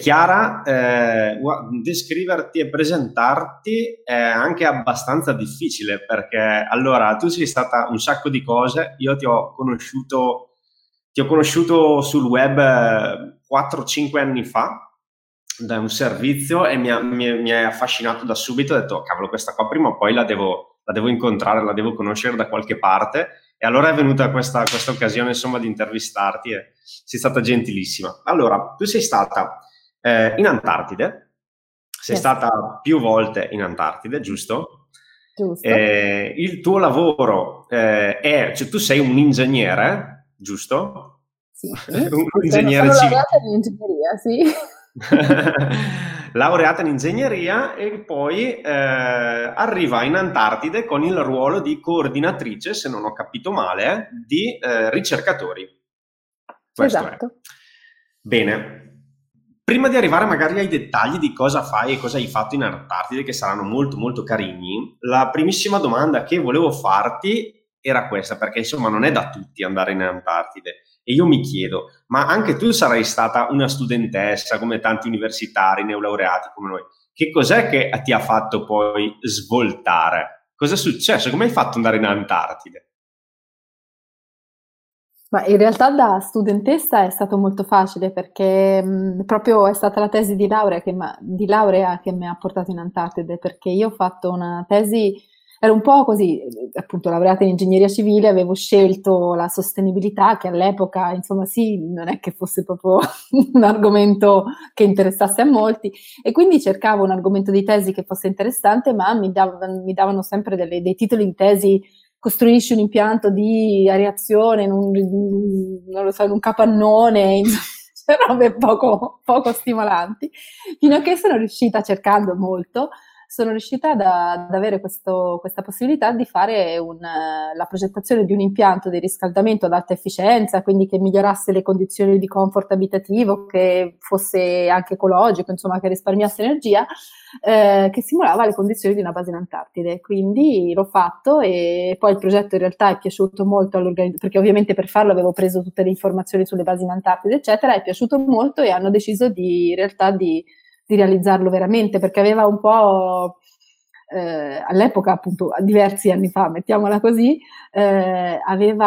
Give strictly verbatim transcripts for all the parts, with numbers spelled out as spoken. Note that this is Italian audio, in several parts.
Chiara, eh, descriverti e presentarti è anche abbastanza difficile, perché allora tu sei stata un sacco di cose. Io ti ho conosciuto ti ho conosciuto sul web quattro cinque anni fa da un servizio e mi ha, mi, mi è affascinato da subito. Ho detto, cavolo, questa qua prima o poi la devo, la devo incontrare, la devo conoscere da qualche parte. E allora è venuta questa, questa occasione, insomma, di intervistarti e sei stata gentilissima. Allora, tu sei stata eh, in Antartide, sei Yes. stata più volte in Antartide, giusto? Giusto. Eh, il tuo lavoro eh, è, cioè tu sei un ingegnere, giusto? Sì, sì. un Sono, ingegnere sono civile. laureata in ingegneria, sì. Laureata in ingegneria e poi eh, arriva in Antartide con il ruolo di coordinatrice, se non ho capito male, di eh, ricercatori. Questo Esatto. è. Bene. Prima di arrivare magari ai dettagli di cosa fai e cosa hai fatto in Antartide, che saranno molto molto carini, la primissima domanda che volevo farti era questa, perché insomma non è da tutti andare in Antartide. E io mi chiedo, ma anche tu sarai stata una studentessa come tanti universitari, neolaureati come noi. Che cos'è che ti ha fatto poi svoltare? Cosa è successo? Come hai fatto ad andare in Antartide? Ma in realtà da studentessa è stato molto facile perché mh, proprio è stata la tesi di laurea che, m'ha- di laurea che mi ha portato in Antartide, perché io ho fatto una tesi, ero un po' così, eh, appunto laureata in ingegneria civile, avevo scelto la sostenibilità che all'epoca, insomma sì, non è che fosse proprio un argomento che interessasse a molti, e quindi cercavo un argomento di tesi che fosse interessante, ma mi, dav- mi davano sempre delle- dei titoli di tesi: costruisci un impianto di areazione in un, non lo so, in un capannone, cioè robe poco, poco stimolanti, fino a che sono riuscita, cercando molto, sono riuscita ad, ad avere questo, questa possibilità di fare un, la progettazione di un impianto di riscaldamento ad alta efficienza, quindi che migliorasse le condizioni di comfort abitativo, che fosse anche ecologico, insomma che risparmiasse energia, eh, che simulava le condizioni di una base in Antartide. Quindi l'ho fatto e poi il progetto in realtà è piaciuto molto all'organizzazione, perché ovviamente per farlo avevo preso tutte le informazioni sulle basi in Antartide, eccetera, è piaciuto molto e hanno deciso di, in realtà di, di realizzarlo veramente, perché aveva un po'... Eh, all'epoca, appunto, diversi anni fa, mettiamola così, eh,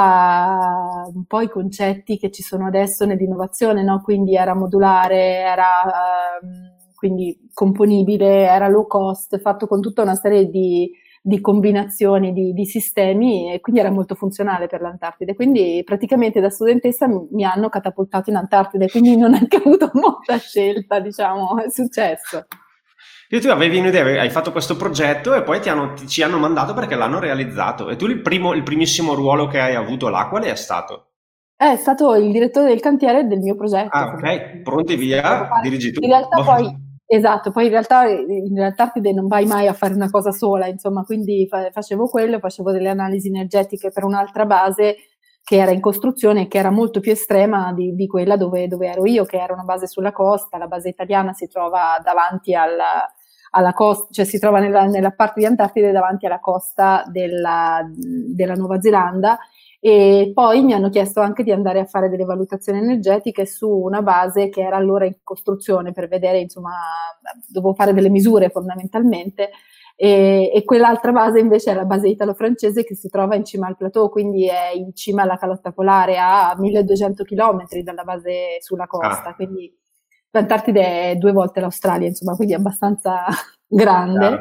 aveva un po' i concetti che ci sono adesso nell'innovazione, no? Quindi era modulare, era ehm, quindi componibile, era low cost, fatto con tutta una serie di, di combinazioni di, di sistemi, e quindi era molto funzionale per l'Antartide. Quindi praticamente da studentessa mi, mi hanno catapultato in Antartide, quindi non ho anche avuto molta scelta, diciamo, è successo. E tu avevi un'idea, hai fatto questo progetto e poi ti hanno, ti- ci hanno mandato perché l'hanno realizzato. E tu il primo, il primissimo ruolo che hai avuto là, quale è stato? È stato il direttore del cantiere del mio progetto, Ah, ok, fondamentalmente. pronti Sì, devo via, fare- dirigi tu. In realtà Boh. poi, esatto, poi in realtà in Antartide non vai mai a fare una cosa sola, insomma, quindi fa- facevo quello, facevo delle analisi energetiche per un'altra base che era in costruzione e che era molto più estrema di, di quella dove, dove ero io, che era una base sulla costa. La base italiana si trova davanti alla, alla costa, cioè si trova nella, nella parte di Antartide davanti alla costa della, della Nuova Zelanda, e poi mi hanno chiesto anche di andare a fare delle valutazioni energetiche su una base che era allora in costruzione, per vedere, insomma, dovevo fare delle misure fondamentalmente, e, e quell'altra base invece è la base italo-francese che si trova in cima al plateau, quindi è in cima alla calotta polare, a milleduecento chilometri dalla base sulla costa, Ah, quindi l'Antartide è due volte l'Australia, insomma, quindi è abbastanza grande. chiaro.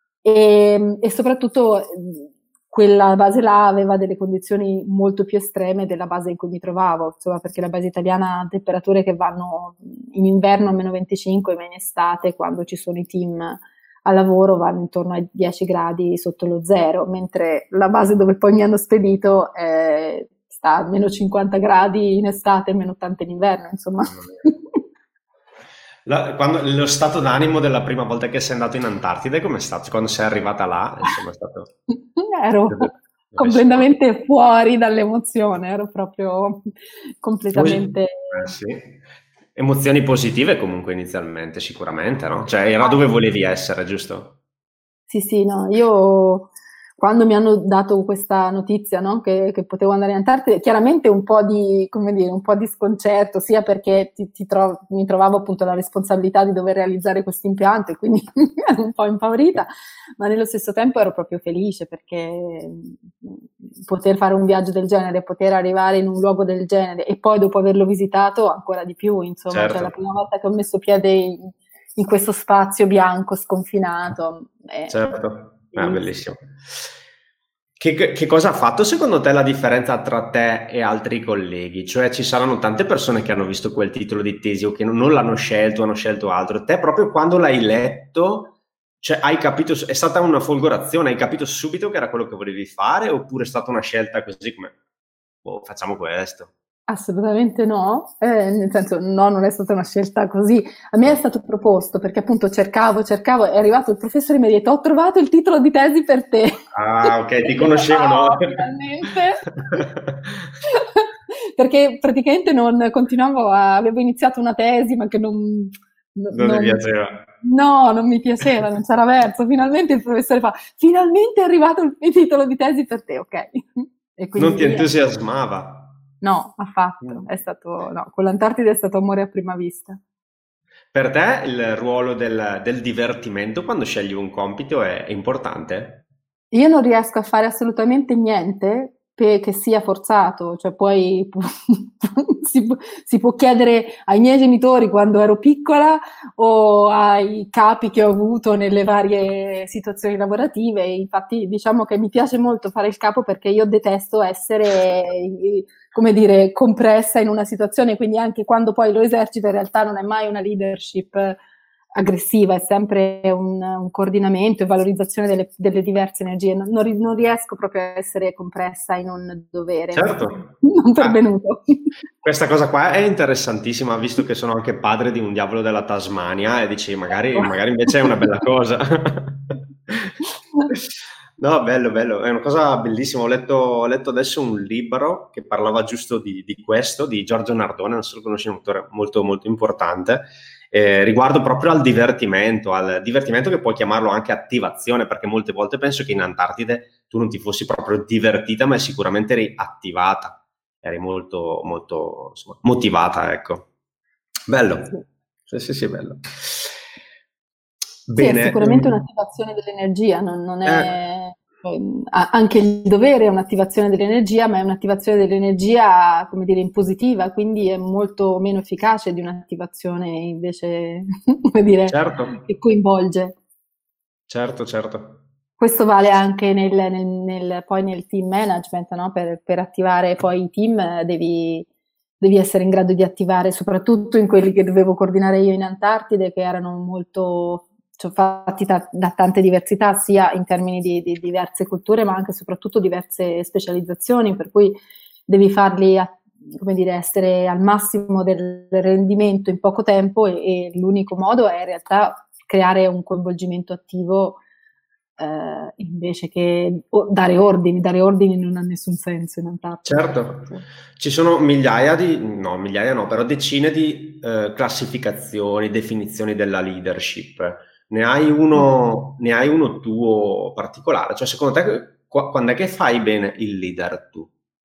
E, e soprattutto quella base là aveva delle condizioni molto più estreme della base in cui mi trovavo, insomma, perché la base italiana ha temperature che vanno in inverno a meno venticinque, ma in estate, quando ci sono i team a lavoro, vanno intorno ai dieci gradi sotto lo zero, mentre la base dove poi mi hanno spedito eh, sta a meno cinquanta gradi in estate e meno ottanta in inverno, insomma. Mamma mia. La- quando- lo stato d'animo della prima volta che sei andato in Antartide, com'è stato? Quando sei arrivata là, insomma, è stato... Ero Deve, deve essere... completamente fuori dall'emozione, ero proprio Posi- completamente... eh, sì. Emozioni positive comunque inizialmente, sicuramente, no? Cioè era Ah, dove volevi essere, giusto? sì, sì, no, io quando mi hanno dato questa notizia, no, che, che potevo andare in Antartide, chiaramente un po' di, come dire, un po' di sconcerto, sia perché ti, ti tro- mi trovavo appunto la responsabilità di dover realizzare questo impianto e quindi ero un po' impaurita, ma nello stesso tempo ero proprio felice perché poter fare un viaggio del genere, poter arrivare in un luogo del genere e poi dopo averlo visitato ancora di più, insomma, Certo, cioè la prima volta che ho messo piede in, in questo spazio bianco sconfinato. È certo. Ah, bellissimo. bellissimo. Che, che- che cosa ha fatto secondo te la differenza tra te e altri colleghi? Cioè ci saranno tante persone che hanno visto quel titolo di tesi o che non, non l'hanno scelto, hanno scelto altro. Te proprio quando l'hai letto, cioè hai capito, è stata una folgorazione, hai capito subito che era quello che volevi fare oppure è stata una scelta così come, boh, facciamo questo? Assolutamente no, eh, nel senso no, non è stata una scelta così. A me è No. stato proposto perché appunto cercavo, cercavo, è arrivato il professore e mi ha detto ho trovato il titolo di tesi per te. Ah, ok, E ti ho detto, conoscevano. oh, finalmente. Perché praticamente non continuavo a, avevo iniziato una tesi ma che non, Non ti non- piaceva. no, non mi piaceva, non c'era verso. Finalmente il professore fa, finalmente è arrivato il il titolo di tesi per te, ok. E Non quindi ti lì è- entusiasmava. no, affatto, è Mm. stato, no, con l'Antartide è stato amore a prima vista. Per te il ruolo del, del divertimento quando scegli un compito è, è importante? Io non riesco a fare assolutamente niente pe- che sia forzato, cioè poi pu- si, pu- si può chiedere ai miei genitori quando ero piccola o ai capi che ho avuto nelle varie situazioni lavorative. Infatti, diciamo che mi piace molto fare il capo perché io detesto essere, eh, come dire, compressa in una situazione, quindi anche quando poi lo esercito in realtà non è mai una leadership aggressiva, è sempre un, un coordinamento e valorizzazione delle, delle diverse energie. Non, non ri- non riesco proprio a essere compressa in un dovere, Certo. non Ah, pervenuto. questa cosa qua è interessantissima, visto che sono anche padre di un diavolo della Tasmania e dici, magari, magari invece è una bella cosa. No, bello, bello, è una cosa bellissima. Ho letto, ho letto adesso un libro che parlava giusto di, di questo, di Giorgio Nardone, non so se lo conosci, è un autore molto, molto importante, eh, riguardo proprio al divertimento, al divertimento che puoi chiamarlo anche attivazione, perché molte volte penso che in Antartide tu non ti fossi proprio divertita, ma sicuramente eri attivata, eri molto, molto insomma, motivata, ecco. Sì. Bello, sì, sì, sì, bello. Sì, è Bene, sicuramente mm, un'attivazione dell'energia, non, non eh, è, ehm, a- anche il dovere è un'attivazione dell'energia, ma è un'attivazione dell'energia, come dire, impositiva, quindi è molto meno efficace di un'attivazione invece, come dire, certo, che coinvolge. certo, certo. Questo vale anche nel, nel- nel- poi nel team management, no? Per, per attivare poi i team eh, devi, devi essere in grado di attivare, soprattutto in quelli che dovevo coordinare io in Antartide, che erano molto, cioè, fatti da, da tante diversità, sia in termini di, di diverse culture, ma anche e soprattutto diverse specializzazioni, per cui devi farli, a- come dire, essere al massimo del rendimento in poco tempo e, e l'unico modo è in realtà creare un coinvolgimento attivo eh, invece che o- dare ordini. Dare ordini non ha nessun senso in Antartide. Certo, ci sono migliaia di, no, migliaia no, però decine di eh, classificazioni, definizioni della leadership. Ne hai uno, ne hai uno tuo particolare? Cioè, secondo te, qu- quando è che fai bene il leader tu?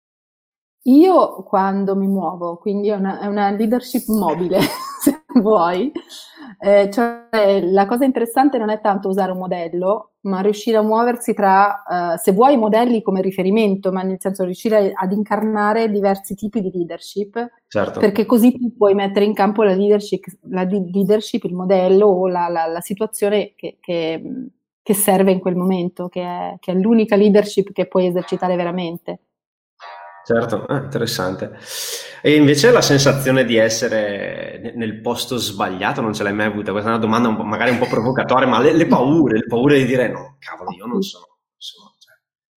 Io quando mi muovo, quindi è una, è una leadership mobile, se vuoi. Eh, cioè, la cosa interessante non è tanto usare un modello, ma riuscire a muoversi tra, eh, se vuoi, modelli come riferimento, ma nel senso riuscire ad incarnare diversi tipi di leadership, Certo, perché così tu puoi mettere in campo la leadership, la di- leadership, il modello o la, la- la situazione che, che- che serve in quel momento, che è, che è l'unica leadership che puoi esercitare veramente. certo, ah, interessante. E invece la sensazione di essere ne- nel posto sbagliato non ce l'hai mai avuta? Questa è una domanda un po'- magari un po' provocatoria, ma le, le paure, le paure di dire no, cavolo, io non sono, sono- cioè,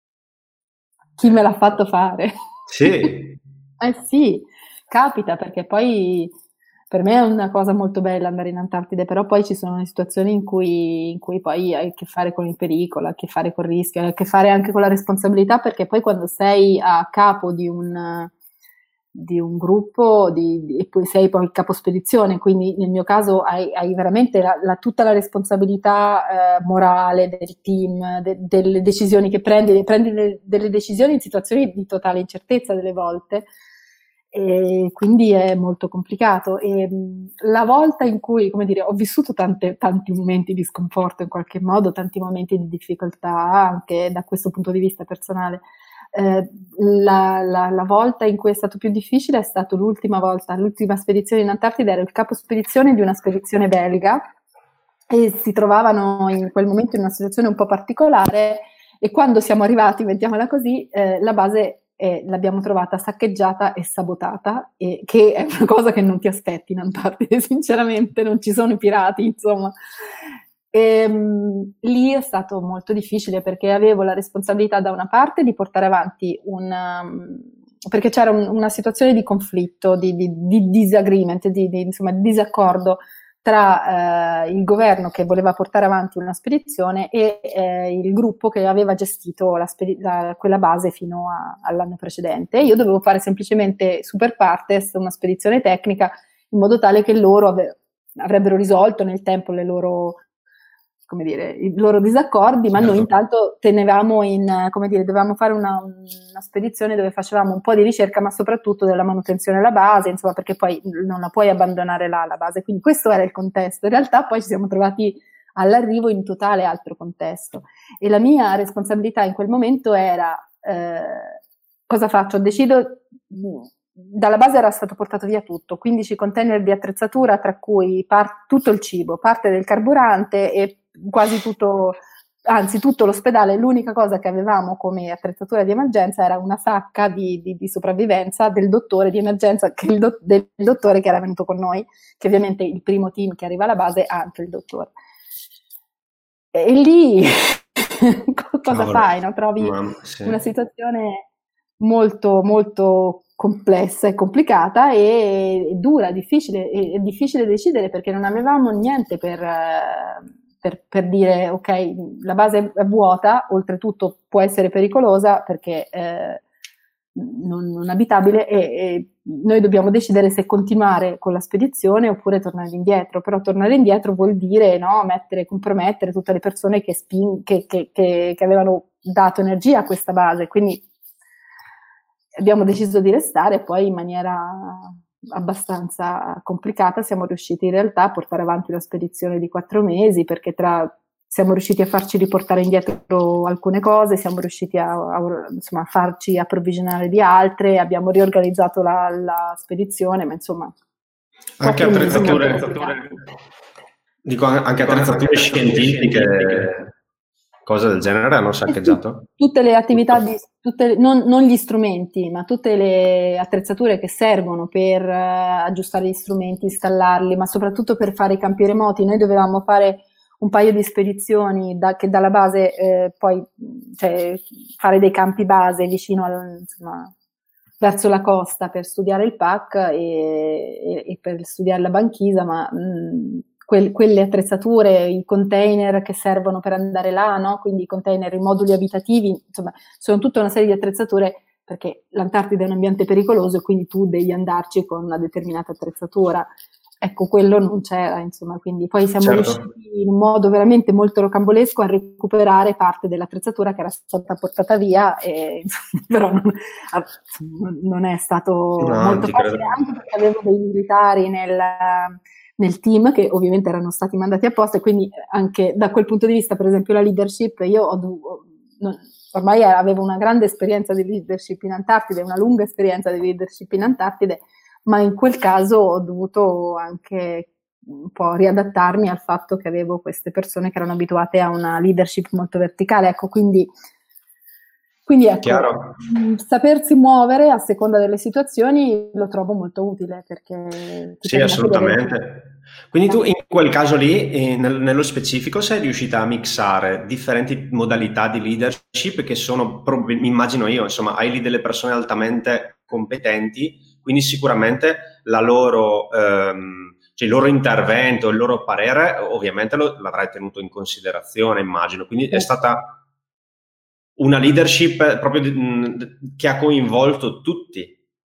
Chi me eh, l'ha fatto fare? sì, Eh sì, capita perché poi per me è una cosa molto bella andare in Antartide, però poi ci sono le situazioni in cui, in cui poi hai a che fare con il pericolo, hai a che fare col rischio, hai a che fare anche con la responsabilità, perché poi quando sei a capo di un, di un gruppo di, di, e poi sei poi il capospedizione, quindi nel mio caso hai, hai veramente la, la, tutta la responsabilità eh, morale del team, de, delle decisioni che prendi, prendi de, delle decisioni in situazioni di totale incertezza delle volte, e quindi è molto complicato. E la volta in cui, come dire, ho vissuto tante, tanti momenti di sconforto in qualche modo, tanti momenti di difficoltà anche da questo punto di vista personale. Eh, la, la, la volta in cui è stato più difficile è stata l'ultima volta, l'ultima spedizione in Antartide, ero il capo spedizione di una spedizione belga e si trovavano in quel momento in una situazione un po' particolare, e quando siamo arrivati, mettiamola così, eh, la base eh, l'abbiamo trovata saccheggiata e sabotata, e che è una cosa che non ti aspetti in Antartide, sinceramente, non ci sono i pirati, insomma. E, um, lì è stato molto difficile perché avevo la responsabilità da una parte di portare avanti un... Um, perché c'era un, una situazione di conflitto, di, di, di disagreement, di, di, insomma, di disaccordo tra eh, il governo che voleva portare avanti una spedizione e eh, il gruppo che aveva gestito la spedi- la, quella base fino a, all'anno precedente. Io dovevo fare semplicemente super partes, una spedizione tecnica, in modo tale che loro ave- avrebbero risolto nel tempo le loro, come dire, i loro disaccordi, ma certo. Noi intanto tenevamo in, come dire, dovevamo fare una, una spedizione dove facevamo un po' di ricerca, ma soprattutto della manutenzione della base, insomma, perché poi non la puoi abbandonare là, la base. Quindi questo era il contesto. In realtà poi ci siamo trovati all'arrivo in totale altro contesto. E la mia responsabilità in quel momento era, eh, cosa faccio? Decido... Dalla base era stato portato via tutto, quindici container di attrezzatura, tra cui par- tutto il cibo, parte del carburante e quasi tutto, anzi tutto l'ospedale. L'unica cosa che avevamo come attrezzatura di emergenza era una sacca di, di, di sopravvivenza del dottore di emergenza, che il do- del dottore che era venuto con noi, che ovviamente il primo team che arriva alla base ha anche il dottore. E lì cosa Cavolo. fai? No? Trovi Mamma, sì. una situazione molto molto complessa e complicata e dura, difficile, è difficile decidere perché non avevamo niente per, per, per dire ok, la base è vuota, oltretutto può essere pericolosa perché eh, non, non abitabile, e, e noi dobbiamo decidere se continuare con la spedizione oppure tornare indietro. Però tornare indietro vuol dire no, mettere, compromettere tutte le persone che, spin- che, che, che, che avevano dato energia a questa base, quindi abbiamo deciso di restare, e poi in maniera abbastanza complicata siamo riusciti in realtà a portare avanti una spedizione di quattro mesi, perché tra siamo riusciti a farci riportare indietro alcune cose, siamo riusciti a, a, insomma, a farci approvvigionare di altre, abbiamo riorganizzato la, la spedizione, ma insomma anche attrezzature, dico anche attrezzature scientifiche, cose del genere hanno saccheggiato? Tutte le attività, di, tutte, non, non gli strumenti, ma tutte le attrezzature che servono per uh, aggiustare gli strumenti, installarli, ma soprattutto per fare i campi remoti. Noi dovevamo fare un paio di spedizioni da, che dalla base eh, poi cioè, fare dei campi base vicino al, insomma, verso la costa per studiare il P A C e, e, e per studiare la banchisa, ma mh, que, quelle attrezzature, i container che servono per andare là, no? Quindi i container, i moduli abitativi, insomma, sono tutta una serie di attrezzature, perché l'Antartide è un ambiente pericoloso e quindi tu devi andarci con una determinata attrezzatura. Ecco, quello non c'era, insomma, quindi poi siamo certo. riusciti in un modo veramente molto rocambolesco a recuperare parte dell'attrezzatura che era stata portata via, e, insomma, però non, non è stato no, molto facile, credo. Anche perché avevo dei militari nel, nel team che ovviamente erano stati mandati apposta, e quindi anche da quel punto di vista, per esempio la leadership, io ho dovuto... Non, ormai avevo una grande esperienza di leadership in Antartide, una lunga esperienza di leadership in Antartide, ma in quel caso ho dovuto anche un po' riadattarmi al fatto che avevo queste persone che erano abituate a una leadership molto verticale, ecco, quindi, quindi ecco, Chiaro. sapersi muovere a seconda delle situazioni lo trovo molto utile, perché sì, assolutamente. Quindi tu in quel caso lì, eh, nel, nello specifico, sei riuscita a mixare differenti modalità di leadership che sono, immagino io, insomma, hai lì delle persone altamente competenti, quindi sicuramente la loro, ehm, cioè il loro intervento, il loro parere, ovviamente lo, l'avrai tenuto in considerazione, immagino. Quindi è stata una leadership proprio di, che ha coinvolto tutti.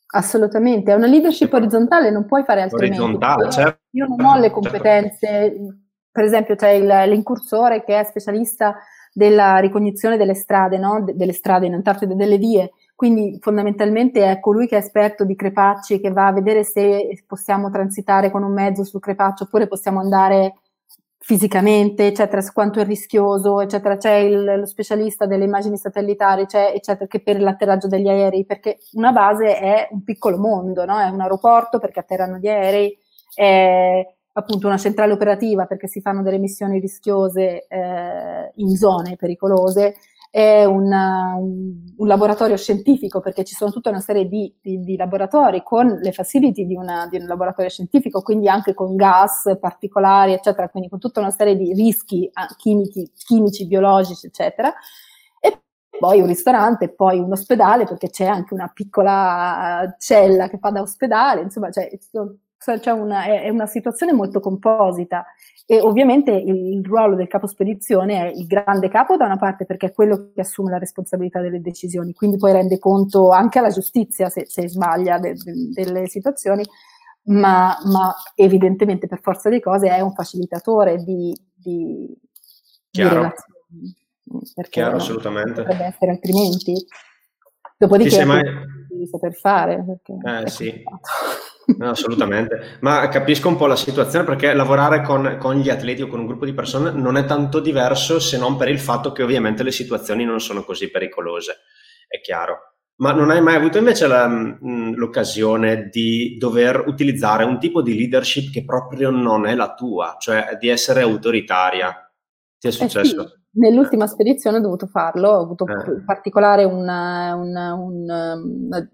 Assolutamente, è una leadership orizzontale, non puoi fare altrimenti. Orizzontale, Io, certo, io non ho le certo. competenze, per esempio c'è il- l'incursore che è specialista della ricognizione delle strade, no? De- delle strade in Antartide, delle vie, quindi fondamentalmente è colui che è esperto di crepacci, che va a vedere se possiamo transitare con un mezzo sul crepaccio oppure possiamo andare fisicamente, eccetera, su quanto è rischioso, eccetera. C'è il, lo specialista delle immagini satellitari, c'è, eccetera, che per l'atterraggio degli aerei, perché una base è un piccolo mondo, no? È un aeroporto perché atterrano gli aerei, è appunto una centrale operativa perché si fanno delle missioni rischiose eh, in zone pericolose, è una, un, un laboratorio scientifico perché ci sono tutta una serie di, di, di laboratori con le facility di, una, di un laboratorio scientifico, quindi anche con gas particolari, eccetera, quindi con tutta una serie di rischi ah, chimici, chimici, biologici, eccetera. E poi un ristorante, poi un ospedale, perché c'è anche una piccola cella che fa da ospedale, insomma, cioè, c'è una, è una situazione molto composita. E ovviamente il, il ruolo del capo spedizione è il grande capo da una parte perché è quello che assume la responsabilità delle decisioni, quindi poi rende conto anche alla giustizia se, se sbaglia de, de, delle situazioni, ma, ma evidentemente per forza di cose è un facilitatore di, di, di Chiaro, relazioni, perché chiaro, non assolutamente. potrebbe essere altrimenti. Ti Dopodiché sei mai... appunto devi saper fare perché Eh è sì, complicato. no, assolutamente. Ma capisco un po' la situazione perché lavorare con, con gli atleti o con un gruppo di persone non è tanto diverso se non per il fatto che ovviamente le situazioni non sono così pericolose, è chiaro. Ma non hai mai avuto invece la- mh, l'occasione di dover utilizzare un tipo di leadership che proprio non è la tua, cioè di essere autoritaria? Ti è Eh sì, successo? nell'ultima spedizione ho dovuto farlo, ho avuto Eh, in particolare una, una, una, una,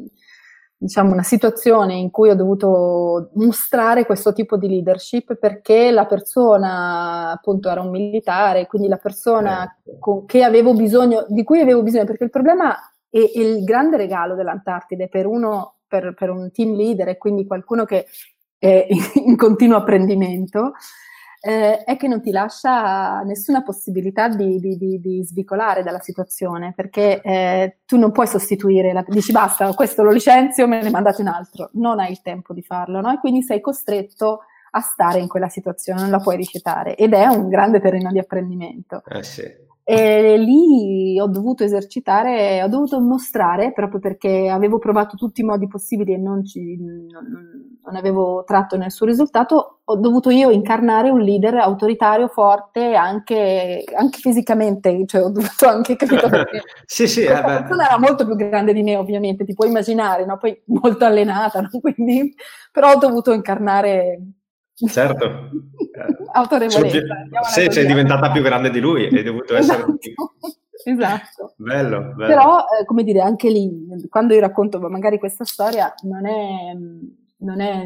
diciamo una situazione in cui ho dovuto mostrare questo tipo di leadership perché la persona appunto era un militare, quindi la eh, persona con, che avevo bisogno, di cui avevo bisogno, perché il problema e il grande regalo dell'Antartide per uno, per, per un team leader e quindi qualcuno che è in continuo apprendimento, eh, è che non ti lascia nessuna possibilità di, di, di, di svicolare dalla situazione, perché eh, tu non puoi sostituire, la, dici basta, questo lo licenzio, me ne mandate un altro, non hai il tempo di farlo, no? E quindi sei costretto a stare in quella situazione, non la puoi rifiutare ed è un grande terreno di apprendimento. eh sì. E lì ho dovuto esercitare, ho dovuto mostrare, proprio perché avevo provato tutti i modi possibili e non, ci, non, non avevo tratto nessun risultato, ho dovuto io incarnare un leader autoritario, forte, anche, anche fisicamente, cioè ho dovuto anche, capito, perché Sì, sì, eh questa beh, persona era molto più grande di me, ovviamente, ti puoi immaginare, no? Poi molto allenata, no? Quindi, però ho dovuto incarnare certo. Eh, sono più- autorevolezza, mettiamola se sei così, diventata più autorità. grande di lui, hai dovuto essere più... Esatto, esatto. Bello, bello. Però, eh, come dire, anche lì, quando io racconto magari questa storia, non è, non è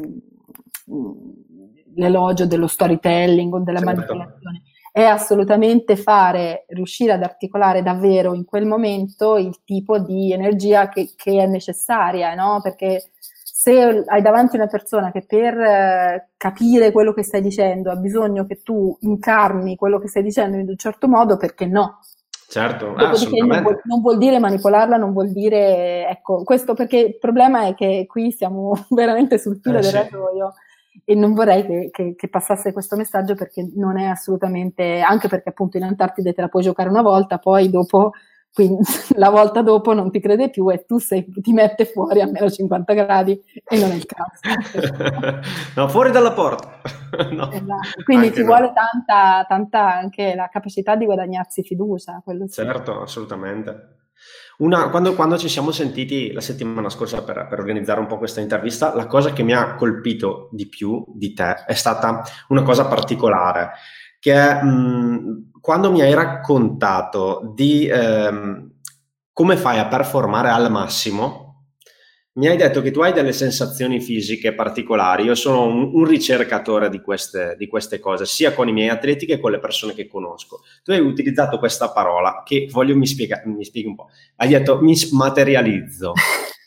mm, l'elogio dello storytelling o della Certo. manipolazione, è assolutamente fare, riuscire ad articolare davvero in quel momento il tipo di energia che, che è necessaria, no? Perché se hai davanti una persona che per eh, capire quello che stai dicendo ha bisogno che tu incarni quello che stai dicendo in un certo modo, perché no? Certo, ah, Dopodiché non vuol, assolutamente. non vuol dire manipolarla, non vuol dire, ecco, questo perché il problema è che qui siamo veramente sul filo Eh del sì. rasoio e non vorrei che, che, che passasse questo messaggio perché non è assolutamente, anche perché appunto in Antartide te la puoi giocare una volta, poi dopo, quindi, la volta dopo non ti crede più e tu sei, ti mette fuori a meno cinquanta gradi e non è il caso. No, fuori dalla porta. No, Esatto, quindi anche ci vuole no. tanta, tanta anche la capacità di guadagnarsi fiducia, quello sì. Certo, assolutamente. Una, quando, quando ci siamo sentiti la settimana scorsa per, per organizzare un po' questa intervista, la cosa che mi ha colpito di più di te è stata una cosa particolare, che è mh, quando mi hai raccontato di ehm, come fai a performare al massimo. Mi hai detto che tu hai delle sensazioni fisiche particolari. Io sono un, un ricercatore di queste, di queste cose, sia con i miei atleti che con le persone che conosco. Tu hai utilizzato questa parola che voglio mi, spiega, mi spieghi un po'. Hai detto mi materializzo.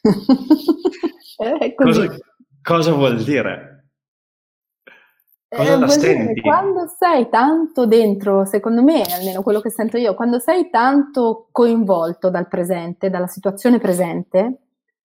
È Cosa, così. cosa vuol dire? Cosa Eh, la vuol dire che senti? quando sei tanto dentro, secondo me, almeno quello che sento io, quando sei tanto coinvolto dal presente, dalla situazione presente,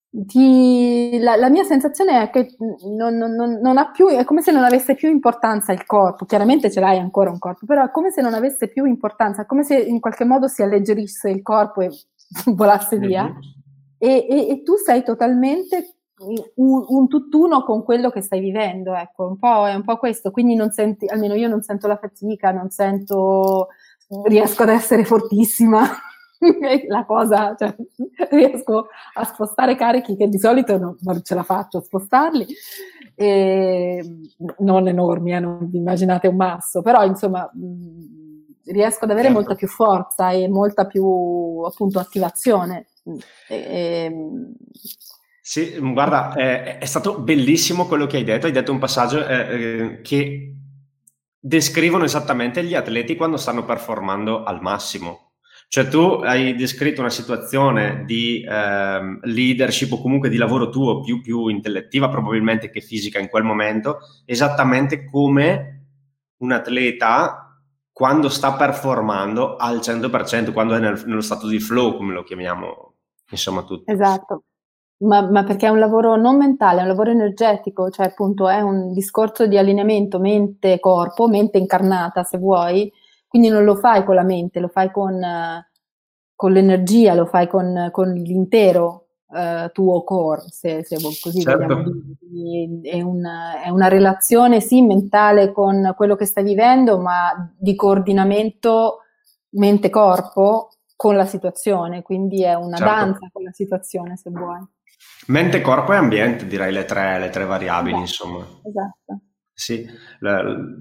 ti, la, la mia sensazione è che non, non- non- non ha più, è come se non avesse più importanza il corpo. Chiaramente ce l'hai ancora un corpo, però è come se non avesse più importanza, è come se in qualche modo si alleggerisse il corpo e volasse via. Mhm. E, e- e tu sei totalmente un, un tutt'uno con quello che stai vivendo, ecco, un po', è un po' questo. Quindi non senti, almeno io non sento la fatica, non sento, riesco ad essere fortissima. La cosa, cioè, riesco a spostare carichi che di solito non, non ce la faccio a spostarli, e, non enormi, eh, non vi immaginate un masso, però insomma mh, riesco ad avere molta Certo. più forza e molta più appunto attivazione. E, e, Sì, mm, guarda, è, è stato bellissimo quello che hai detto. Hai detto un passaggio eh, eh, che descrivono esattamente gli atleti quando stanno performando al massimo. Cioè tu hai descritto una situazione di ehm, leadership o comunque di lavoro tuo più, più intellettiva probabilmente che fisica in quel momento, esattamente come un atleta quando sta performando al cento per cento, quando è nel- nello stato di flow, come lo chiamiamo, insomma, tutti. esatto. Ma, ma perché è un lavoro non mentale, è un lavoro energetico, cioè appunto è un discorso di allineamento mente-corpo, mente incarnata se vuoi, quindi non lo fai con la mente, lo fai con, eh, con l'energia, lo fai con, con l'intero eh, tuo core, se, se vo- così Certo. vogliamo dire. Quindi È una, è una relazione sì mentale con quello che stai vivendo, ma di coordinamento mente-corpo con la situazione, quindi è una Certo. danza con la situazione se vuoi. Mente, corpo e ambiente, direi le tre, le tre variabili, Esatto, insomma. esatto. Sì. La-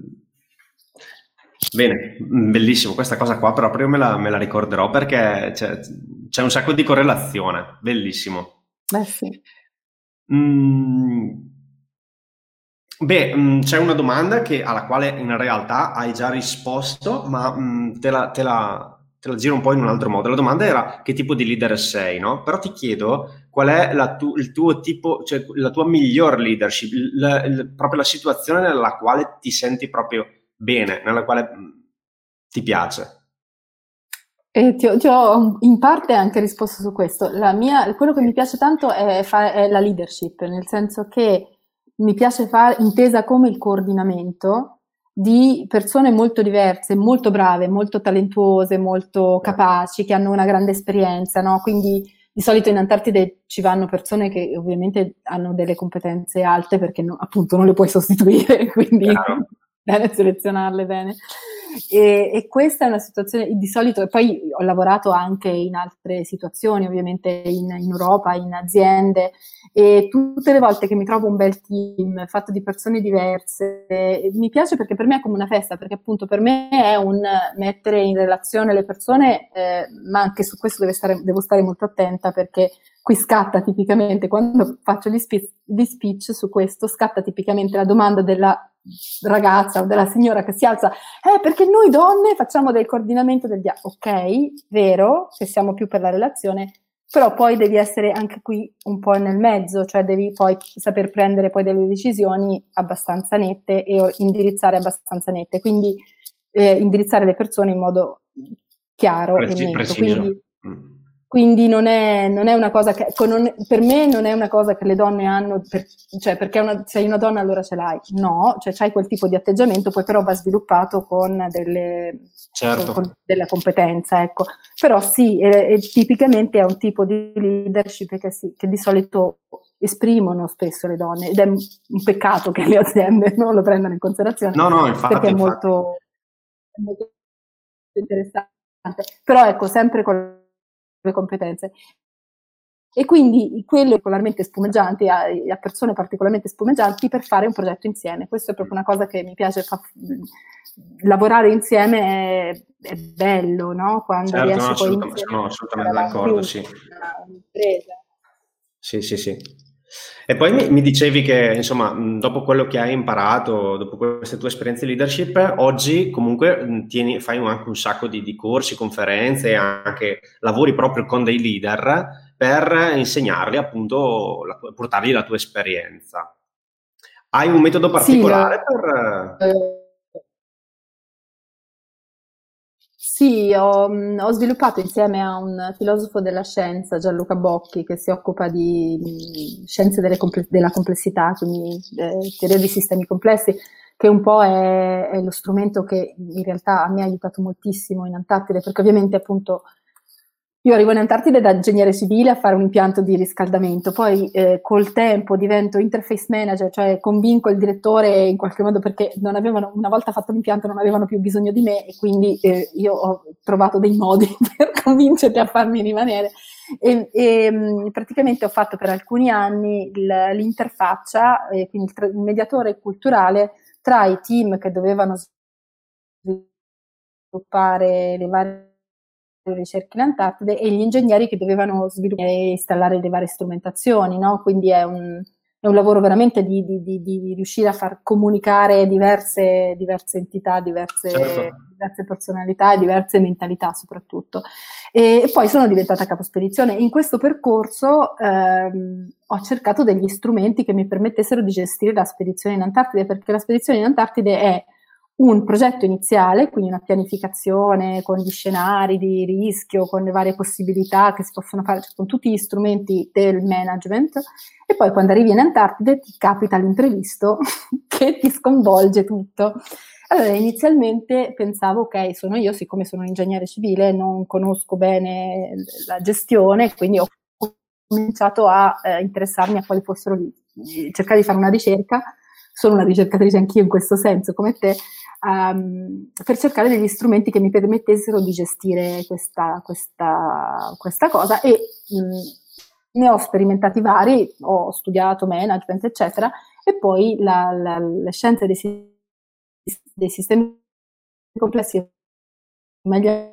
Bene, mm, bellissimo, questa cosa qua proprio me la, me la ricorderò perché c'è, c'è un sacco di correlazione, bellissimo. Beh sì. Mm, Beh, mm, c'è una domanda che- alla quale in realtà hai già risposto, ma mm, te la, te la- te la giro un po' in un altro modo. La domanda era che tipo di leader sei, no? Però ti chiedo qual è la tu- il tuo tipo, cioè la tua miglior leadership, il- il- proprio la situazione nella quale ti senti proprio bene, nella quale mm, ti piace. E ti ho, ti ho in parte anche risposto su questo. La mia, quello che mi piace tanto è, fa- è la leadership, nel senso che mi piace fare intesa come il coordinamento di persone molto diverse, molto brave, molto talentuose, molto capaci, che hanno una grande esperienza, no? Quindi di solito in Antartide ci vanno persone che ovviamente hanno delle competenze alte perché no- appunto non le puoi sostituire, quindi Chiaro. bene selezionarle bene. E, e questa è una situazione di solito, e poi ho lavorato anche in altre situazioni, ovviamente in, in Europa, in aziende, e tutte le volte che mi trovo un bel team fatto di persone diverse, mi piace perché per me è come una festa, perché appunto per me è un mettere in relazione le persone, eh, ma anche su questo deve stare, devo stare molto attenta perché qui scatta tipicamente, quando faccio gli speech, gli speech su questo, scatta tipicamente la domanda della ragazza o della signora che si alza, eh, perché noi donne facciamo del coordinamento del dia, ok, vero, che siamo più per la relazione, però poi devi essere anche qui un po' nel mezzo, cioè devi poi saper prendere poi delle decisioni abbastanza nette e indirizzare abbastanza nette, quindi eh, indirizzare le persone in modo chiaro e Preci- netto, preciso. quindi Mm. quindi non è, non è una cosa che, ecco, non- per me non è una cosa che le donne hanno, per- cioè perché una- sei una donna allora ce l'hai. No, cioè c'hai quel tipo di atteggiamento, poi però va sviluppato con delle, con, Certo. con della competenza, ecco. Però sì, e, e tipicamente è un tipo di leadership che, sì, che di solito esprimono spesso le donne ed è un peccato che le aziende non lo prendano in considerazione No, no, perché infatti, è infatti. molto, è molto interessante. Però ecco, sempre con le competenze. E quindi quello particolarmente spumeggianti, a, a persone particolarmente spumeggianti per fare un progetto insieme. Questo è proprio una cosa che mi piace, fa, lavorare insieme è, è bello, no? Quando Certo, no, riesci poi assolutam- insieme a sono portare assolutamente avanti d'accordo, una, sì. un'impresa. Sì, sì, sì. E poi mi, mi dicevi che, insomma, mh, dopo quello che hai imparato, dopo queste tue esperienze di leadership, oggi comunque mh, tieni- fai un- anche un sacco di, di corsi, conferenze, e anche lavori proprio con dei leader per insegnarli, appunto, la tua- portargli la tua esperienza. Hai un metodo Sì, particolare lo, per... eh, Sì, ho, mh, ho sviluppato insieme a un filosofo della scienza, Gianluca Bocchi, che si occupa di mh, scienze delle comple- della complessità, quindi eh, teoria di sistemi complessi, che un po' è, è lo strumento che in realtà a me ha aiutato moltissimo in Antartide, perché ovviamente appunto io arrivo in Antartide da ingegnere civile a fare un impianto di riscaldamento, poi eh, col tempo divento interface manager, cioè convinco il direttore in qualche modo perché non avevano, una volta fatto l'impianto non avevano più bisogno di me e quindi eh, io ho trovato dei modi per convincerli a farmi rimanere. E, e mh, praticamente ho fatto per alcuni anni il- l'interfaccia, eh, quindi il, tra- il mediatore culturale tra i team che dovevano sviluppare le varie ricerche in Antartide e gli ingegneri che dovevano sviluppare e installare le varie strumentazioni, no? Quindi è un, è un lavoro veramente di, di, di, di riuscire a far comunicare diverse, diverse entità, Certo. diverse, diverse personalità e diverse mentalità soprattutto. E, e poi sono diventata capospedizione. In questo percorso ehm, ho cercato degli strumenti che mi permettessero di gestire la spedizione in Antartide, perché la spedizione in Antartide è un progetto iniziale, quindi una pianificazione con gli scenari di rischio, con le varie possibilità che si possono fare, cioè con tutti gli strumenti del management, e poi quando arrivi in Antartide ti capita l'imprevisto che ti sconvolge tutto. Allora, inizialmente pensavo, ok, sono io, siccome sono un ingegnere civile, non conosco bene la gestione, quindi ho cominciato a eh, interessarmi a quali fossero, gli, cercare di fare una ricerca. Sono una ricercatrice anch'io in questo senso, come te, um, per cercare degli strumenti che mi permettessero di gestire questa, questa, questa cosa e mh, ne ho sperimentati vari, ho studiato management, eccetera, e poi la, la, le scienze dei, dei sistemi complessi, meglio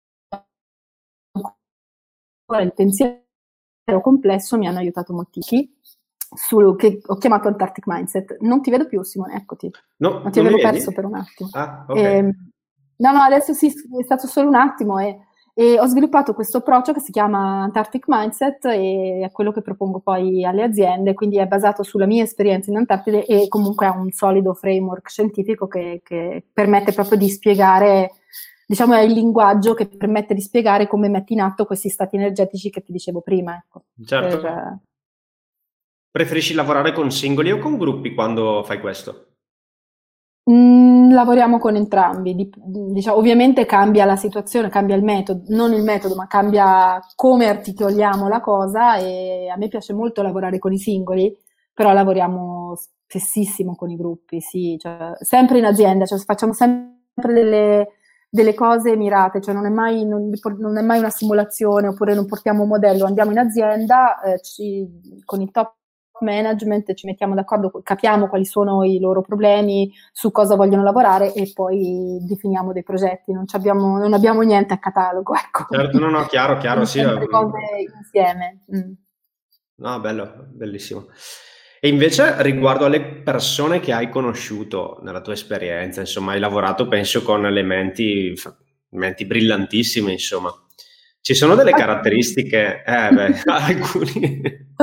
ancora il pensiero complesso, mi hanno aiutato moltissimo. Sul, che ho chiamato Antarctic Mindset. Non ti vedo più, Simone, eccoti. No, Non ti non mi avevo vedi? perso per un attimo. Ah, ok. E, no, no, adesso sì, è stato solo un attimo e, e ho sviluppato questo approccio che si chiama Antarctic Mindset e è quello che propongo poi alle aziende, quindi è basato sulla mia esperienza in Antartide e comunque ha un solido framework scientifico che, che permette proprio di spiegare, diciamo è il linguaggio che permette di spiegare come metti in atto questi stati energetici che ti dicevo prima. Ecco, Certo. per, Preferisci lavorare con singoli o con gruppi quando fai questo? Mm, lavoriamo con entrambi, Dip- diciamo, ovviamente cambia la situazione, cambia il metodo, non il metodo, ma cambia come articoliamo la cosa e a me piace molto lavorare con i singoli, però lavoriamo spessissimo con i gruppi, sì, cioè, sempre in azienda, cioè facciamo sempre delle, delle cose mirate, cioè non è mai, non, non è mai una simulazione oppure non portiamo un modello, andiamo in azienda eh, ci- con il top management, ci mettiamo d'accordo, capiamo quali sono i loro problemi, su cosa vogliono lavorare e poi definiamo dei progetti. Non, ci abbiamo, non abbiamo niente a catalogo, ecco. Certo, no, no, chiaro, chiaro, Sono sì. sempre ehm, cose insieme. Mm. No, bello, bellissimo. E invece riguardo alle persone che hai conosciuto nella tua esperienza, insomma, hai lavorato, penso, con elementi, menti brillantissime, insomma. Ci sono delle caratteristiche, eh beh, alcuni.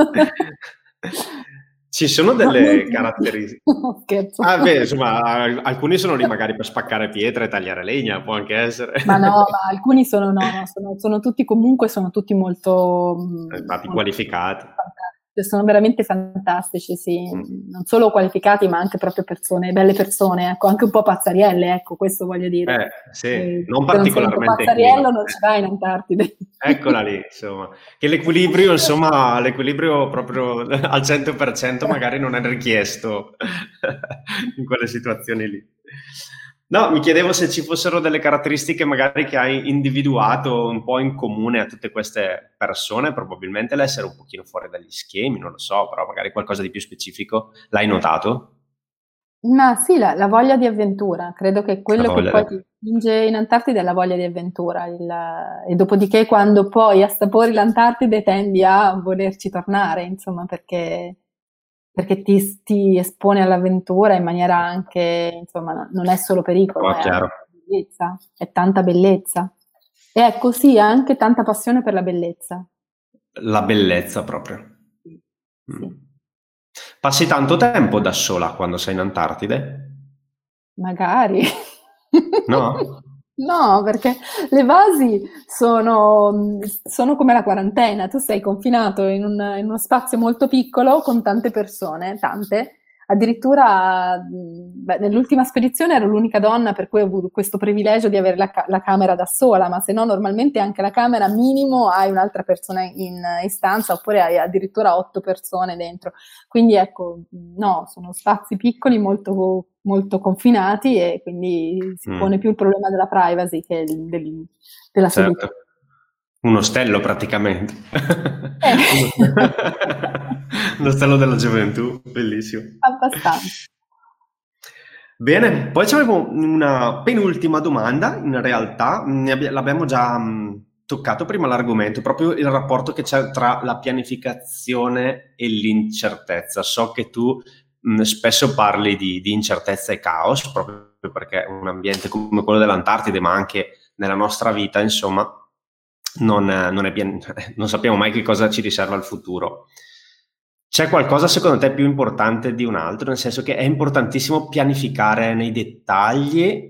Ci sono No, non delle tutti. caratteristiche. No, scherzo. Ah, beh, insomma, al- alcuni sono lì magari per spaccare pietre e tagliare legna, può anche essere. Ma no, ma alcuni sono, no, no, sono, sono tutti comunque, sono tutti molto, mm, Infatti molto qualificati. fantastici, sono veramente fantastici, sì, Mm. non solo qualificati, ma anche proprio persone, belle persone, ecco, anche un po' pazzarielle, ecco, questo voglio dire. Eh, sì, Eh, non se non sei un po' particolarmente equilibrati. pazzariello non ci vai in Antartide. Eccola lì, insomma, che l'equilibrio, insomma, l'equilibrio proprio al cento per cento magari non è richiesto in quelle situazioni lì. No, mi chiedevo se ci fossero delle caratteristiche magari che hai individuato un po' in comune a tutte queste persone, probabilmente l'essere un pochino fuori dagli schemi, non lo so, però magari qualcosa di più specifico, l'hai notato? Ma sì, la, la voglia di avventura, credo che La quello che voglia, poi ti spinge in Antartide è la voglia di avventura, il- e dopodiché quando poi assapori l'Antartide tendi a volerci tornare, insomma, perché, perché ti, ti espone all'avventura in maniera anche, insomma, no- non è solo pericolo, oh, è anche chiaro, bellezza, è tanta bellezza. E ecco, sì, anche tanta passione per la bellezza. la bellezza proprio. Sì, Mm. sì. Passi tanto tempo da sola quando sei in Antartide? Magari. No? No, perché le basi sono, sono come la quarantena, tu sei confinato in, un- in uno spazio molto piccolo con tante persone, tante. Addirittura mh, beh, nell'ultima spedizione ero l'unica donna per cui ho avuto questo privilegio di avere la, ca- la camera da sola, ma se no normalmente anche la camera minimo hai un'altra persona in, in stanza oppure hai addirittura otto persone dentro. Quindi ecco, no, sono spazi piccoli molto, molto confinati e quindi si pone Mm, più il problema della privacy che il- del- della solitudine. certo. Un ostello praticamente. Eh, Uno uno ostello della gioventù, bellissimo. abbastanza. Bene, poi c'avevo una penultima domanda, in realtà ne abbia- l'abbiamo già mh, toccato prima l'argomento, proprio il rapporto che c'è tra la pianificazione e l'incertezza. So che tu mh, spesso parli di, di incertezza e caos, proprio perché un ambiente come quello dell'Antartide, ma anche nella nostra vita, insomma, non, eh, non è pian- non sappiamo mai che cosa ci riserva il futuro. C'è qualcosa secondo te più importante di un altro? Nel senso che è importantissimo pianificare nei dettagli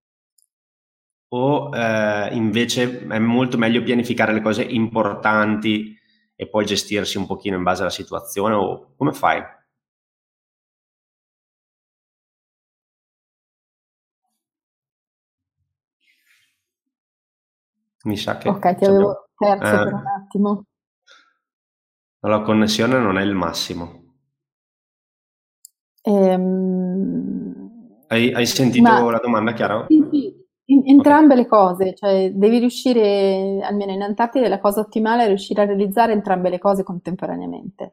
o eh, invece è molto meglio pianificare le cose importanti e poi gestirsi un pochino in base alla situazione o come fai? Mi sa che Ok, ti ci abbiamo... avevo perso eh, per un attimo. la connessione non è il massimo. Ehm, Hai, hai ma sentito la domanda, Chiara? sì, sì, in- Ok, entrambe le cose, cioè devi riuscire, almeno in Antartide, la cosa ottimale è riuscire a realizzare entrambe le cose contemporaneamente.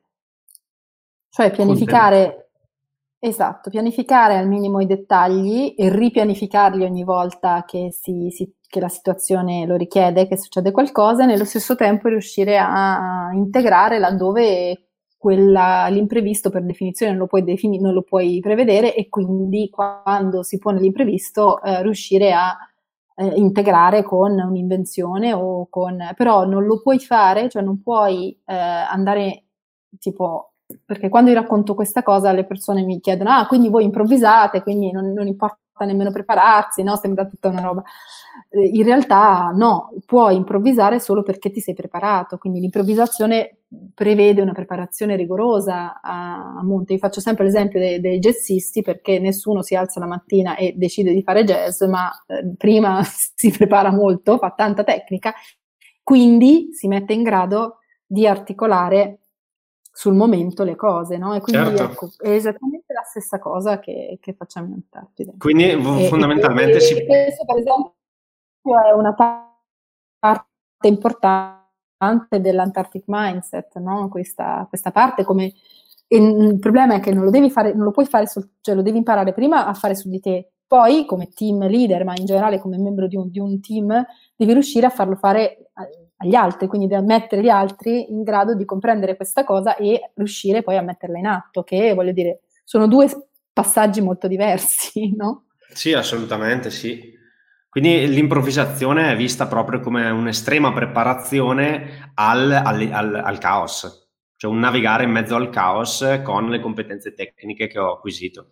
Cioè contento. pianificare, esatto, pianificare al minimo i dettagli e ripianificarli ogni volta che, si- si- che la situazione lo richiede, che succede qualcosa, e nello stesso tempo riuscire a integrare laddove quella- l'imprevisto per definizione non lo puoi, defini- non lo puoi prevedere e quindi quando si pone l'imprevisto eh, riuscire a eh, integrare con un'invenzione o con... però non lo puoi fare, cioè non puoi eh, andare tipo perché quando io racconto questa cosa le persone mi chiedono, ah, quindi voi improvvisate, quindi non, non importa nemmeno prepararsi, no? Sembra tutta una roba. Eh, In realtà no, puoi improvvisare solo perché ti sei preparato, quindi l'improvvisazione prevede una preparazione rigorosa a, a monte. Io faccio sempre l'esempio dei, dei jazzisti perché nessuno si alza la mattina e decide di fare jazz, ma eh, prima si prepara molto, fa tanta tecnica, quindi si mette in grado di articolare sul momento le cose, no? E quindi Certo. ecco, è esattamente la stessa cosa che, che facciamo in Antartide. Quindi v- E, e que- fondamentalmente si... e questo, per esempio, è una pa- parte importante dell'Antarctic Mindset, no? Questa, questa parte come... e il problema è che non lo devi fare, non lo puoi fare, sul, cioè lo devi imparare prima a fare su di te, poi come team leader, ma in generale come membro di un, di un team, devi riuscire a farlo fare agli altri, quindi da mettere gli altri in grado di comprendere questa cosa e riuscire poi a metterla in atto, che voglio dire, sono due passaggi molto diversi, no? Sì, assolutamente sì. Quindi l'improvvisazione è vista proprio come un'estrema preparazione al, al- al- al caos, cioè un navigare in mezzo al caos con le competenze tecniche che ho acquisito.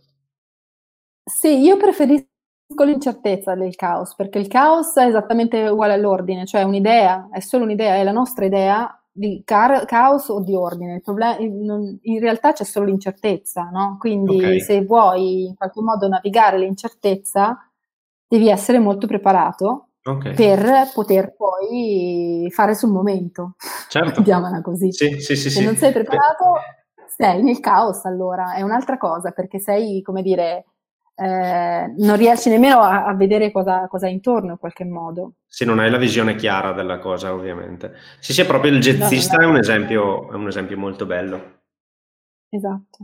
Sì, io preferisco l'incertezza del caos, perché il caos è esattamente uguale all'ordine, cioè un'idea, è solo un'idea, è la nostra idea di car- caos o di ordine. Il problema, non- in realtà c'è solo l'incertezza, no? Ok, Quindi se vuoi in qualche modo navigare l'incertezza, devi essere molto preparato ok, per poter poi fare sul momento, certo. mettiamola così. Sì, sì, sì, Se sì. non sei Beh, preparato, sei nel caos allora, è un'altra cosa, perché sei, come dire, eh, non riesci nemmeno a, a vedere cosa, cosa hai intorno in qualche modo. se non hai la visione chiara della cosa, ovviamente. Sì, sì, proprio il No, non jazzista è hai... un esempio, è un esempio molto bello. Esatto.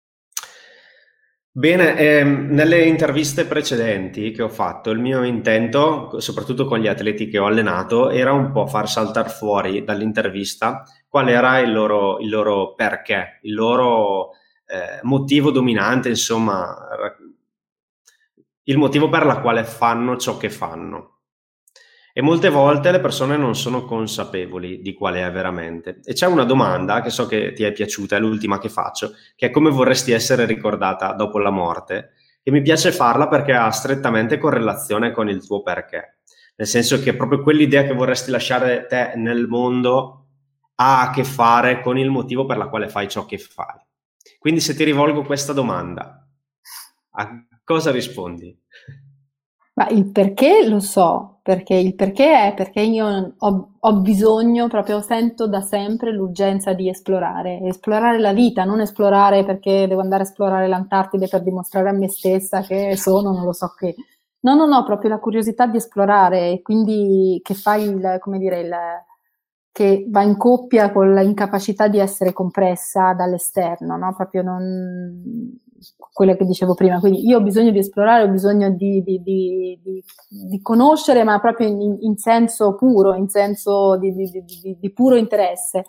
Bene, ehm, nelle interviste precedenti che ho fatto, il mio intento, soprattutto con gli atleti che ho allenato, era un po' far saltare fuori dall'intervista qual era il loro, il loro perché, il loro eh, motivo dominante, insomma, ra- il motivo per la quale fanno ciò che fanno. E molte volte le persone non sono consapevoli di quale è veramente. E c'è una domanda che so che ti è piaciuta, è l'ultima che faccio, che è come vorresti essere ricordata dopo la morte, e mi piace farla perché ha strettamente correlazione con il tuo perché. nel senso che proprio quell'idea che vorresti lasciare te nel mondo ha a che fare con il motivo per la quale fai ciò che fai. Quindi se ti rivolgo questa domanda, a cosa rispondi? Ma il perché lo so, perché il perché è perché io ho, ho bisogno, proprio sento da sempre l'urgenza di esplorare, esplorare la vita, non esplorare perché devo andare a esplorare l'Antartide per dimostrare a me stessa che sono, non lo so che. No, no, no, proprio la curiosità di esplorare e quindi che fa il, come dire, il, che va in coppia con l'incapacità di essere compressa dall'esterno, no? Proprio non quello che dicevo prima. Quindi io ho bisogno di esplorare, ho bisogno di, di, di, di, di conoscere, ma proprio in, in senso puro, in senso di, di, di puro interesse.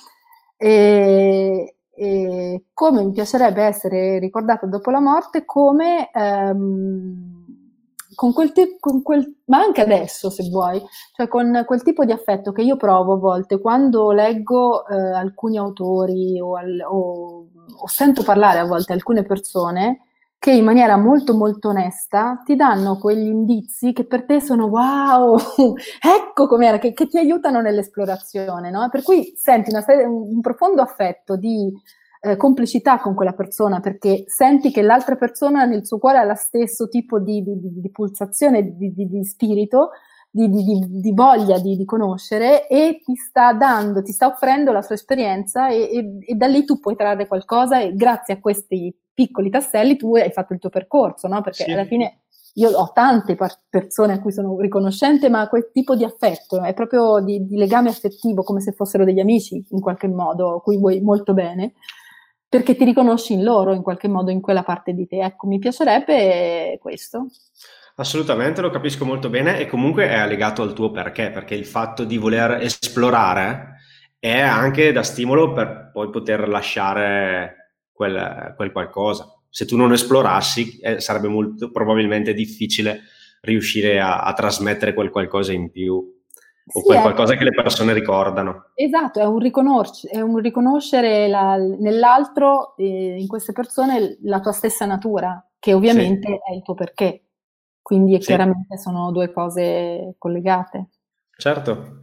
E, e come mi piacerebbe essere ricordata dopo la morte, come ehm, con quel tipo, con quel, ma anche adesso se vuoi, cioè con quel tipo di affetto che io provo a volte quando leggo eh, alcuni autori o, al, o, o sento parlare a volte alcune persone che in maniera molto molto onesta ti danno quegli indizi che per te sono wow, ecco com'era, che, che ti aiutano nell'esplorazione, no? Per cui senti una, un profondo affetto di eh, complicità con quella persona, perché senti che l'altra persona nel suo cuore ha lo stesso tipo di, di, di, di pulsazione, di, di, di spirito, di, di, di, di voglia di, di conoscere, e ti sta dando, ti sta offrendo la sua esperienza e, e, e da lì tu puoi trarre qualcosa e grazie a questi piccoli tasselli tu hai fatto il tuo percorso, no? Perché sì, alla fine io ho tante par- persone a cui sono riconoscente, ma quel tipo di affetto è proprio di, di legame affettivo, come se fossero degli amici in qualche modo, a cui vuoi molto bene, perché ti riconosci in loro in qualche modo, in quella parte di te. Ecco, mi piacerebbe questo. Assolutamente, lo capisco molto bene e comunque è legato al tuo perché, perché il fatto di voler esplorare è anche da stimolo per poi poter lasciare quel, quel qualcosa. Se tu non esplorassi eh, sarebbe molto probabilmente difficile riuscire a, a trasmettere quel qualcosa in più o Sì, quel ecco, qualcosa che le persone ricordano. esatto, è un, riconosc- è un riconoscere la- nell'altro, eh, in queste persone, la tua stessa natura, che Sì, ovviamente è il tuo perché. Quindi sì, chiaramente sono due cose collegate. certo.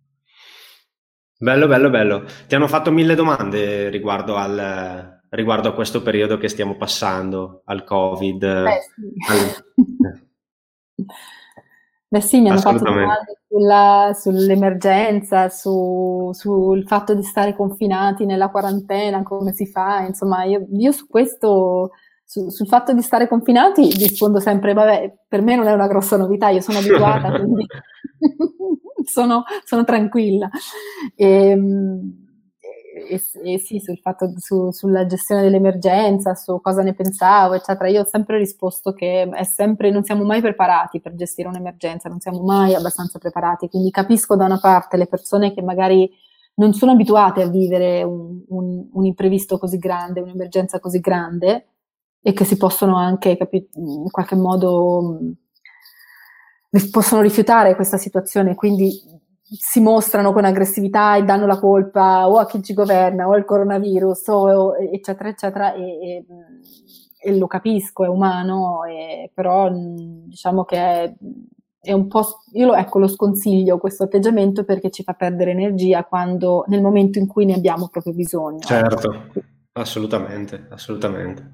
Bello, bello, bello. Ti hanno fatto mille domande riguardo al, riguardo a questo periodo che stiamo passando, al Covid, Beh, sì. al- eh, Beh, sì, mi hanno fatto assolutamente. domande sulla- sull'emergenza, su- sul fatto di stare confinati nella quarantena, come si fa, insomma, io, io su questo, su- sul fatto di stare confinati rispondo sempre, vabbè, per me non è una grossa novità, io sono abituata, quindi sono, sono tranquilla. Ehm, E, e- e sì, sul fatto, su- sulla gestione dell'emergenza, su cosa ne pensavo, eccetera, io ho sempre risposto che è sempre, non siamo mai preparati per gestire un'emergenza, non siamo mai abbastanza preparati, quindi capisco da una parte le persone che magari non sono abituate a vivere un, un- un imprevisto così grande, un'emergenza così grande, e che si possono anche, capi- in qualche modo, mh, possono rifiutare questa situazione, quindi si mostrano con aggressività e danno la colpa o a chi ci governa o al coronavirus, o, eccetera, eccetera, e, e, e lo capisco, è umano, e, però diciamo che è, è un po', io lo, ecco, lo sconsiglio questo atteggiamento perché ci fa perdere energia quando, nel momento in cui ne abbiamo proprio bisogno. Ecco. Certo, assolutamente, assolutamente.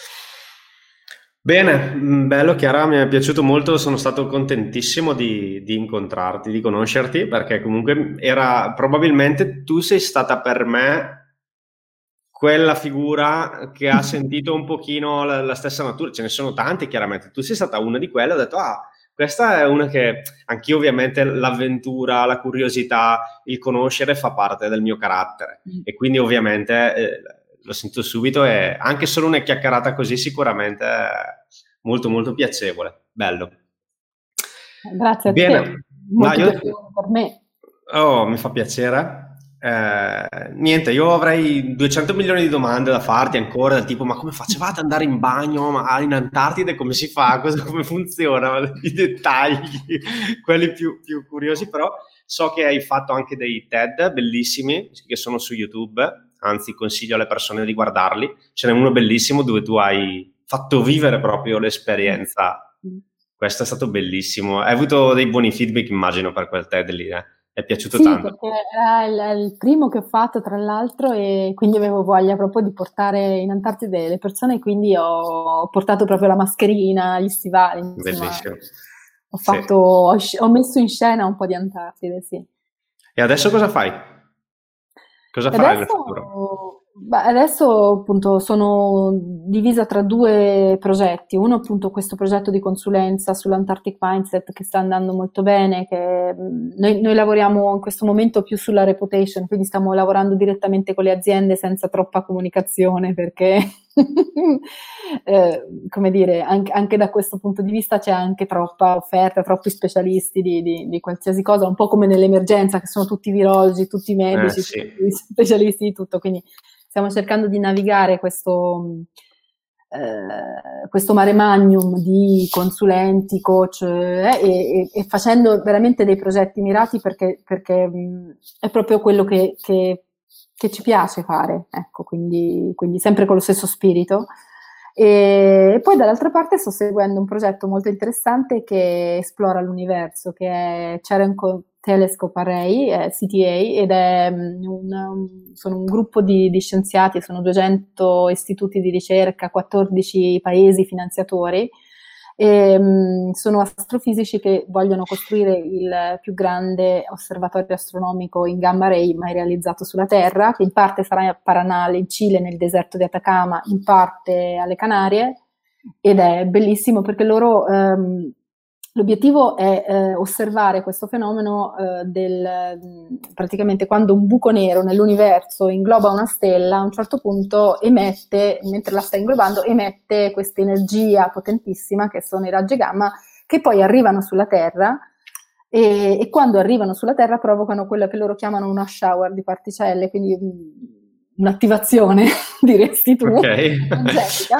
Bene, mm, bello Chiara, mi è piaciuto molto, sono stato contentissimo di, di incontrarti, di conoscerti, perché comunque era probabilmente tu sei stata per me quella figura che ha sentito un pochino la, la stessa natura, ce ne sono tante chiaramente, tu sei stata una di quelle, ho detto ah, questa è una che anch'io ovviamente l'avventura, la curiosità, il conoscere fa parte del mio carattere e quindi ovviamente eh, lo sento subito e anche solo una chiacchierata così sicuramente è molto molto piacevole, bello. Grazie a te, Bene, no, molto io... piacevole per me. Oh, mi fa piacere. Eh, niente, io avrei duecento milioni di domande da farti ancora, del tipo, ma come facevate ad andare in bagno? Ma in Antartide come si fa? Cosa, come funziona? I dettagli, quelli più, più curiosi, però so che hai fatto anche dei TED bellissimi, che sono su YouTube, anzi consiglio alle persone di guardarli. Ce n'è uno bellissimo dove tu hai fatto vivere proprio l'esperienza Questo è stato bellissimo. Hai avuto dei buoni feedback, immagino, per quel TED lì, eh? È piaciuto Sì, tanto. perché era il, il primo che ho fatto, tra l'altro, e quindi avevo voglia proprio di portare in Antartide le persone, quindi ho portato proprio la mascherina, gli stivali, insomma, Bellissimo. ho Sì. fatto, ho, sc- ho messo in scena un po' di Antartide, sì. E adesso cosa fai? Cosa E farai nel futuro? adesso, beh, adesso appunto sono divisa tra due progetti. Uno appunto questo progetto di consulenza sull'Antarctic Mindset che sta andando molto bene, che mh, noi, noi lavoriamo in questo momento più sulla reputation, quindi stiamo lavorando direttamente con le aziende senza troppa comunicazione perché, eh, come dire, anche, anche da questo punto di vista c'è anche troppa offerta, troppi specialisti di, di- di qualsiasi cosa, un po' come nell'emergenza che sono tutti virologi, tutti Eh medici, sì. tutti specialisti di tutto, quindi stiamo cercando di navigare questo, eh, questo mare magnum di consulenti, coach eh, e, e facendo veramente dei progetti mirati perché, perché mh, è proprio quello che, che, che ci piace fare, ecco, quindi, quindi sempre con lo stesso spirito. E poi dall'altra parte sto seguendo un progetto molto interessante che esplora l'universo, che è Cherenkov Telescope Array, è C T A, ed è um, un, un, sono un gruppo di, di scienziati, sono duecento istituti di ricerca, quattordici paesi finanziatori, e, um, sono astrofisici che vogliono costruire il più grande osservatorio astronomico in gamma ray mai realizzato sulla Terra, che in parte sarà a Paranal in Cile, nel deserto di Atacama, in parte alle Canarie, ed è bellissimo perché loro ehm, l'obiettivo è eh, osservare questo fenomeno eh, del praticamente quando un buco nero nell'universo ingloba una stella, a un certo punto emette, mentre la sta inglobando, emette questa energia potentissima che sono i raggi gamma che poi arrivano sulla Terra e, e quando arrivano sulla Terra provocano quello che loro chiamano una shower di particelle, quindi mh, un'attivazione, diresti tu, Ok. energetica,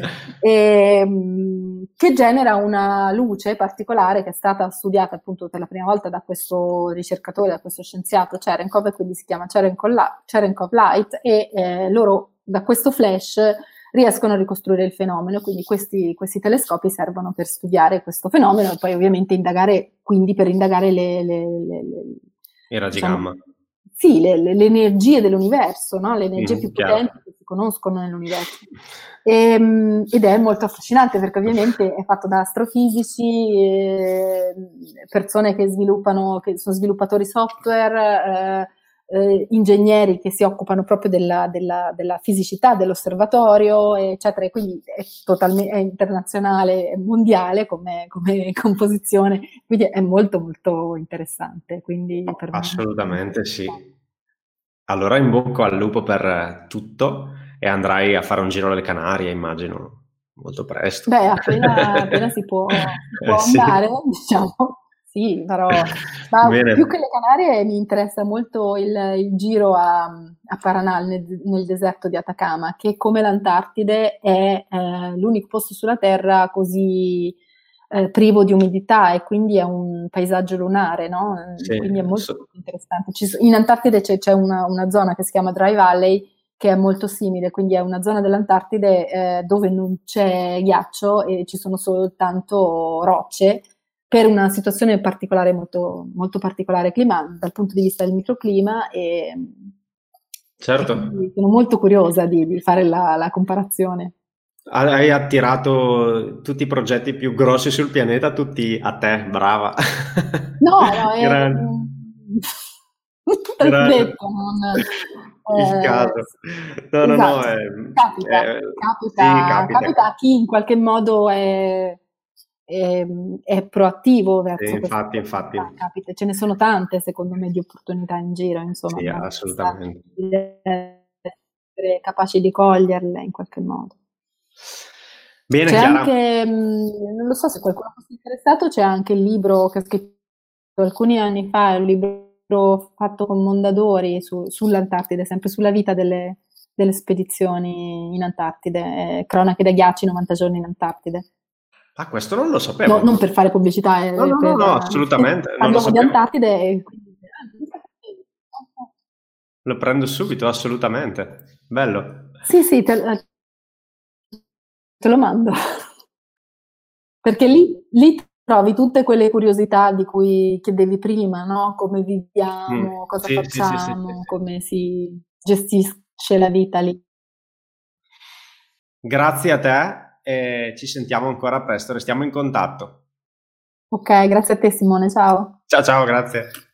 e, mh, che genera una luce particolare che è stata studiata appunto per la prima volta da questo ricercatore, da questo scienziato Cherenkov, e quindi si chiama Cherenkov, La- Cherenkov Light, e eh, loro da questo flash riescono a ricostruire il fenomeno, quindi questi, questi telescopi servono per studiare questo fenomeno e poi ovviamente indagare, quindi per indagare le, le, le, le I raggi diciamo, gamma. sì, le, le, le energie dell'universo, no? Le energie Mm, più chiaro. potenti che si conoscono nell'universo. E, ed è molto affascinante perché ovviamente è fatto da astrofisici, eh, persone che sviluppano, che sono sviluppatori software, eh, eh, ingegneri che si occupano proprio della, della, della fisicità dell'osservatorio, eccetera. E quindi è totalmente è internazionale, è mondiale come, come composizione, quindi è molto molto interessante. Quindi per me è molto Assolutamente sì. interessante. Allora in bocca al lupo per eh, tutto e andrai a fare un giro alle Canarie, immagino, molto presto. Beh, appena, appena si può, si Eh può sì. andare, diciamo, sì, però ma più che Bene. le Canarie mi interessa molto il, il giro a, a Paranal, nel, nel deserto di Atacama, che come l'Antartide è eh, l'unico posto sulla Terra così eh, privo di umidità e quindi è un paesaggio lunare, no? Sì. Quindi è molto, So- molto interessante. Ci so- in Antartide c'è c'è una, una zona che si chiama Dry Valley, che è molto simile, quindi è una zona dell'Antartide eh, dove non c'è ghiaccio e ci sono soltanto rocce per una situazione particolare, molto, molto particolare clima, dal punto di vista del microclima e, e certo. quindi sono molto curiosa di, di fare la, la comparazione. Hai attirato tutti i progetti più grossi sul pianeta, tutti a te, brava. No, no, è Grande, t'ho grande. detto, non, Il eh, caso. No, no, no, esatto, è, capita, è- sì, capita, capita. capita a chi in qualche modo è, è- è proattivo Sì, verso queste infatti, infatti. opportunità, capita. Ce ne sono tante, secondo me, di opportunità in giro, insomma, Sì, basta assolutamente. essere capaci di coglierle in qualche modo. Bene, C'è Chiara. anche, mh, non lo so se qualcuno fosse interessato, c'è anche il libro che ho scritto alcuni anni fa, è un libro fatto con Mondadori su- sull'Antartide, sempre sulla vita delle, delle spedizioni in Antartide, eh, Cronache da ghiacci, novanta giorni in Antartide. Ah, questo non lo No, non sapevo. per fare pubblicità, No, eh, no, no, per, no, eh, assolutamente, non lo parlo di sapevo. Antartide e quindi... ah, non sapevo. Lo prendo subito, assolutamente. Bello. Sì, sì, te, te lo mando. Perché lì, lì trovi tutte quelle curiosità di cui chiedevi prima, no? Come viviamo, Mm. cosa Sì, sì, sì, sì, sì, facciamo, sì. come si gestisce la vita lì. Grazie a te e ci sentiamo ancora presto, restiamo in contatto. Ok, grazie a te Simone, ciao. Ciao ciao, grazie.